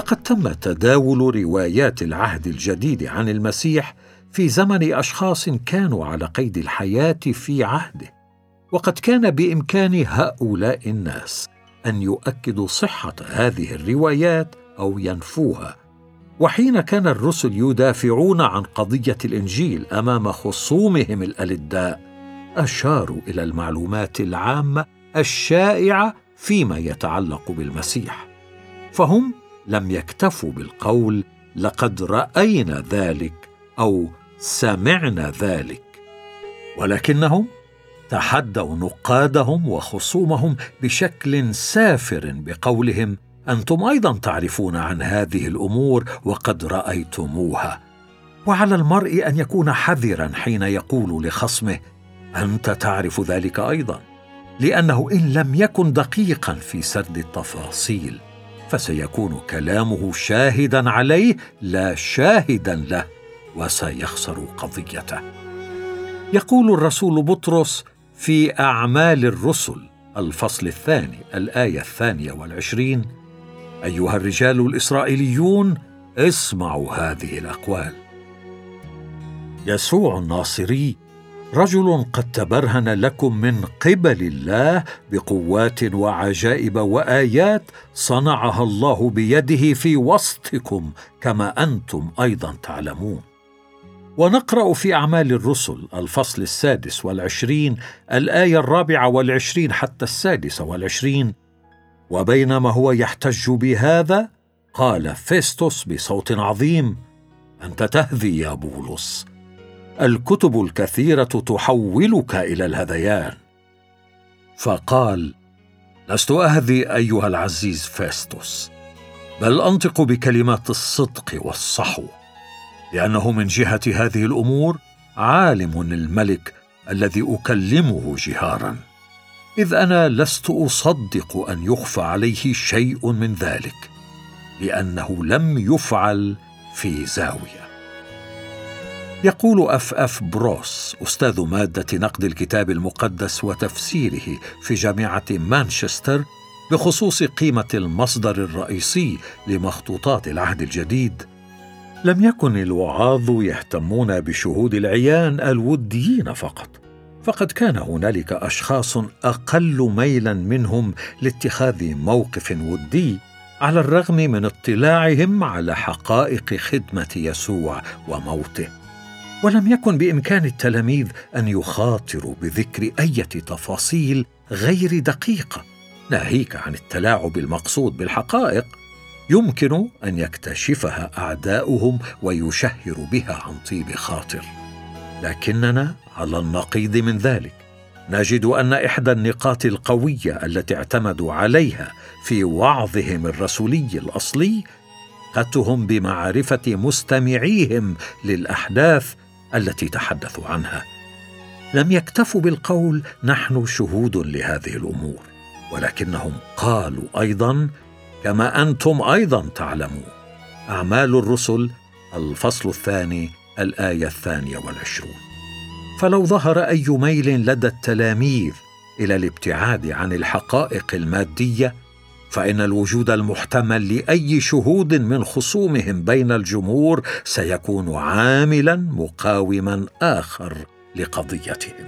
وقد تم تداول روايات العهد الجديد عن المسيح في زمن أشخاص كانوا على قيد الحياة في عهده، وقد كان بإمكان هؤلاء الناس أن يؤكدوا صحة هذه الروايات أو ينفوها. وحين كان الرسل يدافعون عن قضية الإنجيل أمام خصومهم الألداء، أشاروا إلى المعلومات العامة الشائعة فيما يتعلق بالمسيح، فهم لم يكتفوا بالقول لقد رأينا ذلك أو سمعنا ذلك، ولكنهم تحدوا نقادهم وخصومهم بشكل سافر بقولهم: أنتم أيضا تعرفون عن هذه الأمور وقد رأيتموها. وعلى المرء أن يكون حذرا حين يقول لخصمه: أنت تعرف ذلك أيضا، لأنه إن لم يكن دقيقا في سرد التفاصيل فسيكون كلامه شاهدا عليه لا شاهدا له، وسيخسر قضيته. يقول الرسول بطرس في أعمال الرسل الفصل 2 الآية 22: أيها الرجال الإسرائيليون، اسمعوا هذه الأقوال. يسوع الناصري رجل قد تبرهن لكم من قبل الله بقوات وعجائب وآيات صنعها الله بيده في وسطكم، كما أنتم أيضا تعلمون. ونقرأ في أعمال الرسل الفصل 26 الآية 24 حتى 26: وبينما هو يحتج بهذا، قال فيستوس بصوت عظيم: أنت تهذي يا بولس، الكتب الكثيرة تحولك إلى الهذيان. فقال: لست أهذي أيها العزيز فيستوس، بل أنطق بكلمات الصدق والصحو، لأنه من جهة هذه الأمور عالم الملك الذي أكلمه جهارا، إذ أنا لست أصدق أن يخفى عليه شيء من ذلك، لأنه لم يفعل في زاوية. يقول أف بروس أستاذ مادة نقد الكتاب المقدس وتفسيره في جامعة مانشستر بخصوص قيمة المصدر الرئيسي لمخطوطات العهد الجديد: لم يكن الوعاظ يهتمون بشهود العيان الوديين فقط، فقد كان هنالك أشخاص أقل ميلا منهم لاتخاذ موقف ودي، على الرغم من اطلاعهم على حقائق خدمة يسوع وموته. ولم يكن بإمكان التلاميذ أن يخاطروا بذكر أي تفاصيل غير دقيقة، ناهيك عن التلاعب المقصود بالحقائق يمكن أن يكتشفها أعداؤهم ويشهروا بها عن طيب خاطر. لكننا على النقيض من ذلك نجد أن إحدى النقاط القوية التي اعتمدوا عليها في وعظهم الرسولي الأصلي ثقتهم بمعرفة مستمعيهم للأحداث التي تحدثوا عنها. لم يكتفوا بالقول نحن شهود لهذه الأمور، ولكنهم قالوا أيضا كما أنتم أيضا تعلمون. أعمال الرسل الفصل 2 الآية 22. فلو ظهر أي ميل لدى التلاميذ إلى الابتعاد عن الحقائق المادية، فإن الوجود المحتمل لأي شهود من خصومهم بين الجمهور سيكون عاملا مقاوما آخر لقضيتهم.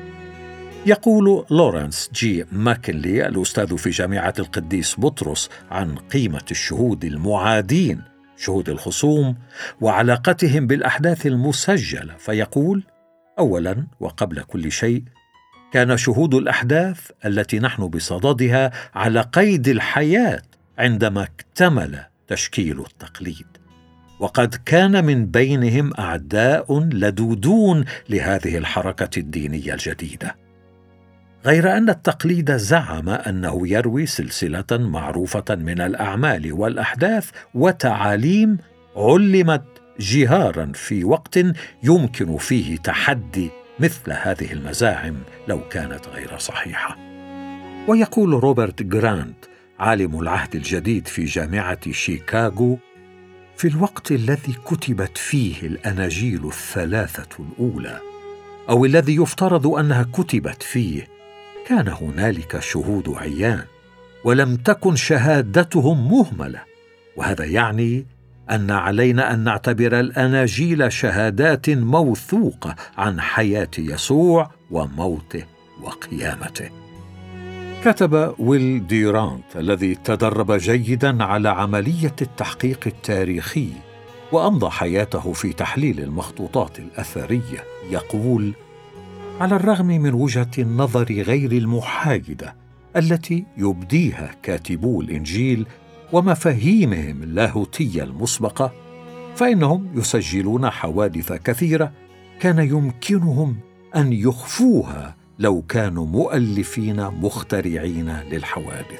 يقول لورنس جي ماكنلي الأستاذ في جامعة القديس بطرس عن قيمة الشهود المعادين شهود الخصوم وعلاقتهم بالأحداث المسجلة، فيقول: أولا وقبل كل شيء، كان شهود الأحداث التي نحن بصددها على قيد الحياة عندما اكتمل تشكيل التقليد، وقد كان من بينهم أعداء لدودون لهذه الحركة الدينية الجديدة، غير أن التقليد زعم أنه يروي سلسلة معروفة من الأعمال والأحداث وتعاليم علمت جهارا في وقت يمكن فيه تحدي مثل هذه المزاعم لو كانت غير صحيحة. ويقول روبرت جرانت عالم العهد الجديد في جامعة شيكاغو: في الوقت الذي كتبت فيه الأناجيل الثلاثة الأولى، أو الذي يفترض أنها كتبت فيه، كان هنالك شهود عيان، ولم تكن شهادتهم مهملة، وهذا يعني أن علينا أن نعتبر الأناجيل شهادات موثوقة عن حياة يسوع وموته وقيامته. كتب ويل ديرانت الذي تدرب جيداً على عملية التحقيق التاريخي وأمضى حياته في تحليل المخطوطات الأثرية، يقول: على الرغم من وجهة النظر غير المحايدة التي يبديها كاتبو الإنجيل ومفاهيمهم اللاهوتية المسبقة، فإنهم يسجلون حوادث كثيرة كان يمكنهم أن يخفوها لو كانوا مؤلفين مخترعين للحوادث،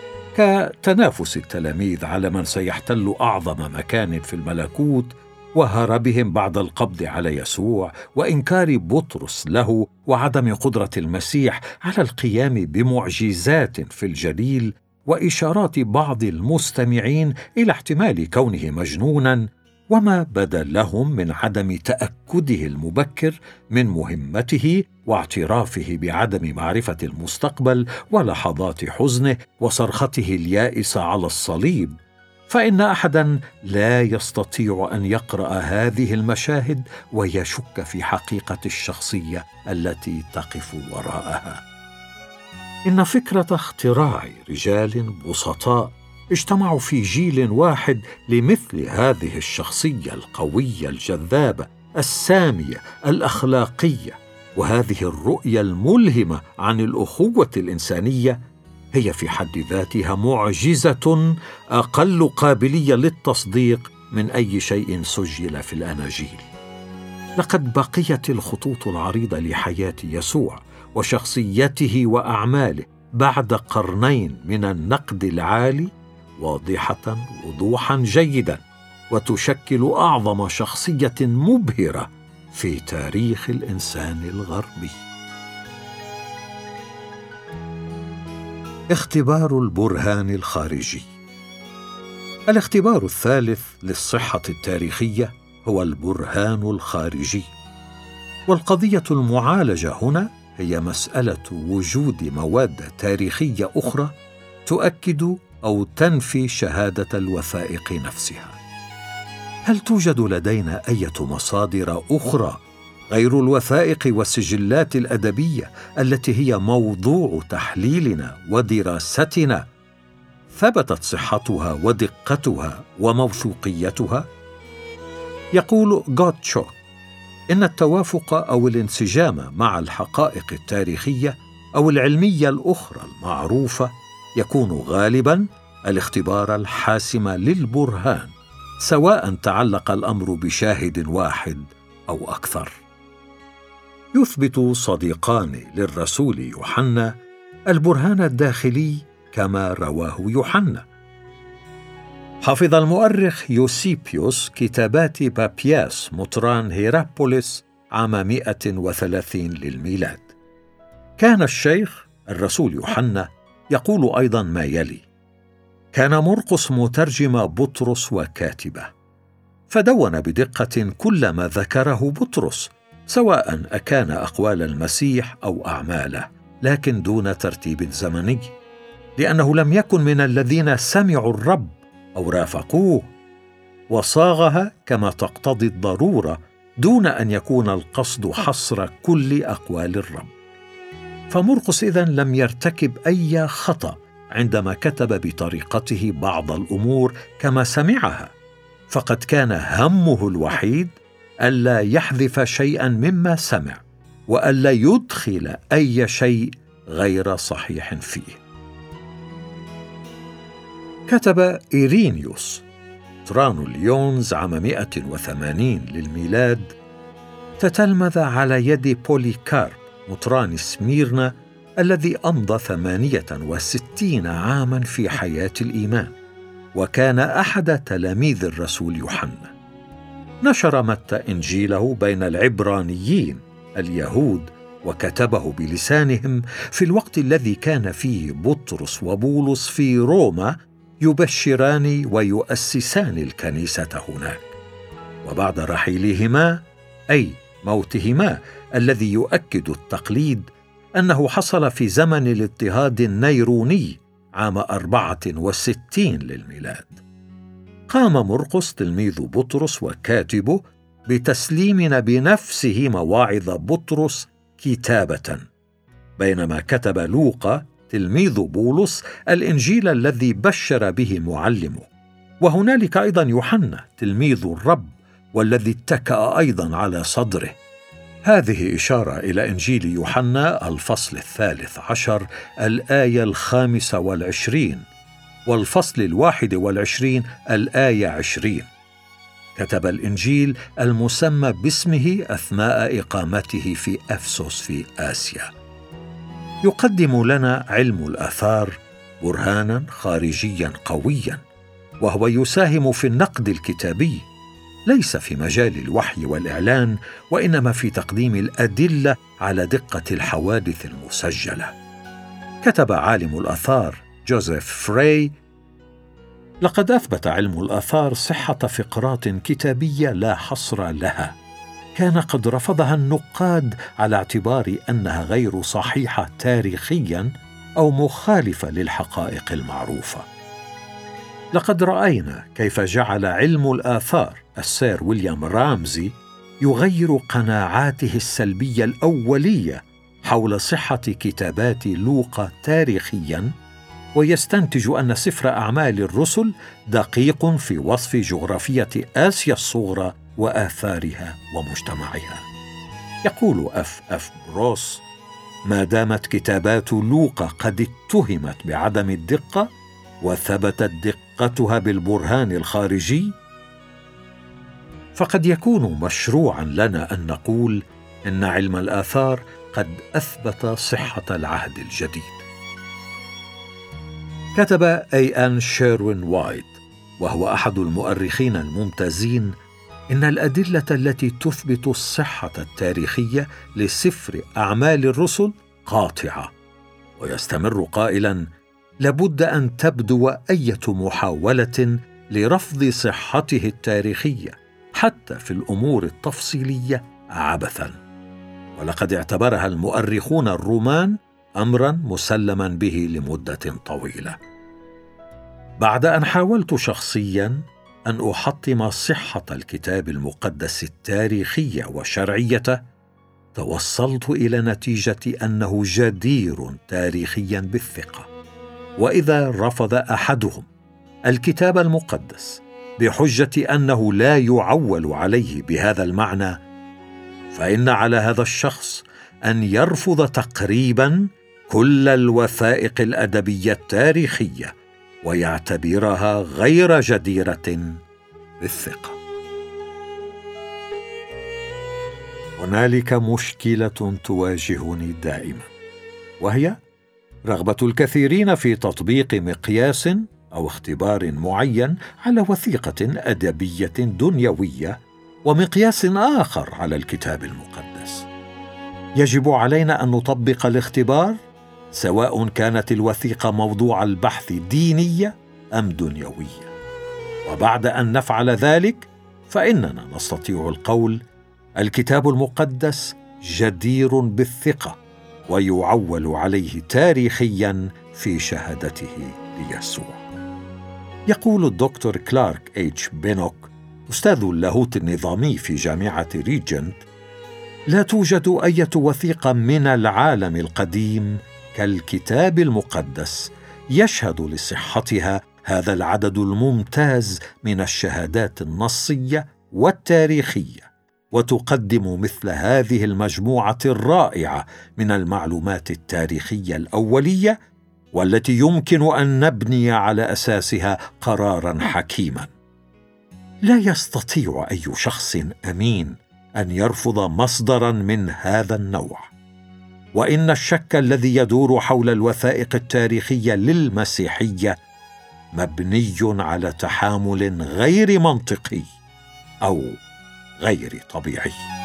كتنافس التلاميذ على من سيحتل أعظم مكان في الملكوت وهربهم بعد القبض على يسوع وإنكار بطرس له وعدم قدرة المسيح على القيام بمعجزات في الجليل، وإشارات بعض المستمعين إلى احتمال كونه مجنوناً، وما بدا لهم من عدم تأكده المبكر من مهمته واعترافه بعدم معرفة المستقبل ولحظات حزنه وصرخته اليائسة على الصليب. فإن أحداً لا يستطيع أن يقرأ هذه المشاهد ويشك في حقيقة الشخصية التي تقف وراءها. إن فكرة اختراع رجال بسطاء اجتمعوا في جيل واحد لمثل هذه الشخصية القوية الجذابة السامية الأخلاقية، وهذه الرؤية الملهمة عن الأخوة الإنسانية هي في حد ذاتها معجزة أقل قابلية للتصديق من أي شيء سجل في الأناجيل. لقد بقيت الخطوط العريضة لحياة يسوع وشخصيته وأعماله بعد قرنين من النقد العالي واضحة وضوحا جيدا، وتشكل أعظم شخصية مبهرة في تاريخ الإنسان الغربي. اختبار البرهان الخارجي. الاختبار الثالث للصحة التاريخية هو البرهان الخارجي، والقضية المعالجة هنا هي مسألة وجود مواد تاريخية أخرى تؤكد أو تنفي شهادة الوثائق نفسها. هل توجد لدينا أي مصادر أخرى غير الوثائق والسجلات الأدبية التي هي موضوع تحليلنا ودراستنا ثبتت صحتها ودقتها وموثوقيتها؟ يقول غوتشوك إن التوافق أو الانسجام مع الحقائق التاريخية أو العلمية الأخرى المعروفة يكون غالباً الاختبار الحاسم للبرهان، سواء تعلق الأمر بشاهد واحد أو أكثر. يثبت صديقان للرسول يوحنا البرهان الداخلي كما رواه يوحنا. حفظ المؤرخ يوسيبيوس كتابات بابياس مطران هيرابوليس عام 130 للميلاد. كان الشيخ الرسول يوحنا يقول أيضا ما يلي: كان مرقس مترجم بطرس وكاتبه، فدون بدقة كل ما ذكره بطرس، سواء أكان أقوال المسيح أو أعماله، لكن دون ترتيب زمني، لأنه لم يكن من الذين سمعوا الرب أو رافقوه، وصاغها كما تقتضي الضرورة دون أن يكون القصد حصر كل أقوال الرب. فمرقس إذن لم يرتكب أي خطأ عندما كتب بطريقته بعض الأمور كما سمعها، فقد كان همه الوحيد ألا يحذف شيئا مما سمع وألا يدخل أي شيء غير صحيح فيه. كتب إيرينيوس تران ليونز عام 180 للميلاد: تتلمذ على يد بوليكارب مطران سميرنا الذي أمضى 68 عاما في حياة الإيمان، وكان أحد تلاميذ الرسول يوحنا. نشر متى إنجيله بين العبرانيين اليهود وكتبه بلسانهم في الوقت الذي كان فيه بطرس وبولس في روما يبشران ويؤسسان الكنيسة هناك. وبعد رحيلهما، أي موتهما الذي يؤكد التقليد أنه حصل في زمن الاضطهاد النيروني عام 64 للميلاد. قام مرقس تلميذ بطرس وكاتبه بتسليمنا بنفسه مواعظ بطرس كتابة، بينما كتب لوقا تلميذ بولس الإنجيل الذي بشر به معلمه. وهنالك أيضا يوحنا تلميذ الرب والذي اتكأ أيضا على صدره. هذه إشارة إلى إنجيل يوحنا الفصل 13 الآية 25 والفصل 21 الآية 20. كتب الإنجيل المسمى باسمه أثناء إقامته في أفسس في آسيا. يقدم لنا علم الآثار برهانا خارجيا قويا، وهو يساهم في النقد الكتابي، ليس في مجال الوحي والإعلان، وإنما في تقديم الأدلة على دقة الحوادث المسجلة. كتب عالم الآثار جوزيف فري: لقد أثبت علم الآثار صحة فقرات كتابية لا حصر لها، كان قد رفضها النقاد على اعتبار أنها غير صحيحة تاريخياً أو مخالفة للحقائق المعروفة. لقد رأينا كيف جعل علم الآثار السير ويليام رامزي يغير قناعاته السلبية الأولية حول صحة كتابات لوقا تاريخياً، ويستنتج أن سفر أعمال الرسل دقيق في وصف جغرافية آسيا الصغرى وآثارها ومجتمعها. يقول اف بروس: ما دامت كتابات لوقا قد اتهمت بعدم الدقة وثبتت دقتها بالبرهان الخارجي، فقد يكون مشروعا لنا أن نقول إن علم الآثار قد أثبت صحة العهد الجديد. كتب أن شيروين وايت، وهو أحد المؤرخين الممتازين، إن الأدلة التي تثبت الصحة التاريخية لسفر أعمال الرسل قاطعة، ويستمر قائلاً: لابد أن تبدو أي محاولة لرفض صحته التاريخية حتى في الأمور التفصيلية عبثاً. ولقد اعتبرها المؤرخون الرومان أمراً مسلماً به لمدة طويلة. بعد أن حاولت شخصياً أن أحطم صحة الكتاب المقدس التاريخية وشرعيته، توصلت إلى نتيجة أنه جدير تاريخياً بالثقة. وإذا رفض أحدهم الكتاب المقدس بحجة أنه لا يعول عليه بهذا المعنى، فإن على هذا الشخص أن يرفض تقريباً كل الوثائق الأدبية التاريخية ويعتبرها غير جديرة بالثقة. هنالك مشكلة تواجهني دائما، وهي رغبة الكثيرين في تطبيق مقياس أو اختبار معين على وثيقة أدبية دنيوية ومقياس آخر على الكتاب المقدس. يجب علينا أن نطبق الاختبار سواء كانت الوثيقة موضوع البحث دينية أم دنيوية، وبعد أن نفعل ذلك فإننا نستطيع القول: الكتاب المقدس جدير بالثقة ويعول عليه تاريخيا في شهادته ليسوع. يقول الدكتور كلارك إتش بينوك أستاذ اللاهوت النظامي في جامعة ريجنت: لا توجد أي وثيقة من العالم القديم كالكتاب المقدس يشهد لصحتها هذا العدد الممتاز من الشهادات النصية والتاريخية، وتقدم مثل هذه المجموعة الرائعة من المعلومات التاريخية الأولية، والتي يمكن أن نبني على أساسها قراراً حكيماً. لا يستطيع أي شخص أمين أن يرفض مصدراً من هذا النوع، وإن الشك الذي يدور حول الوثائق التاريخية للمسيحية مبني على تحامل غير منطقي أو غير طبيعي.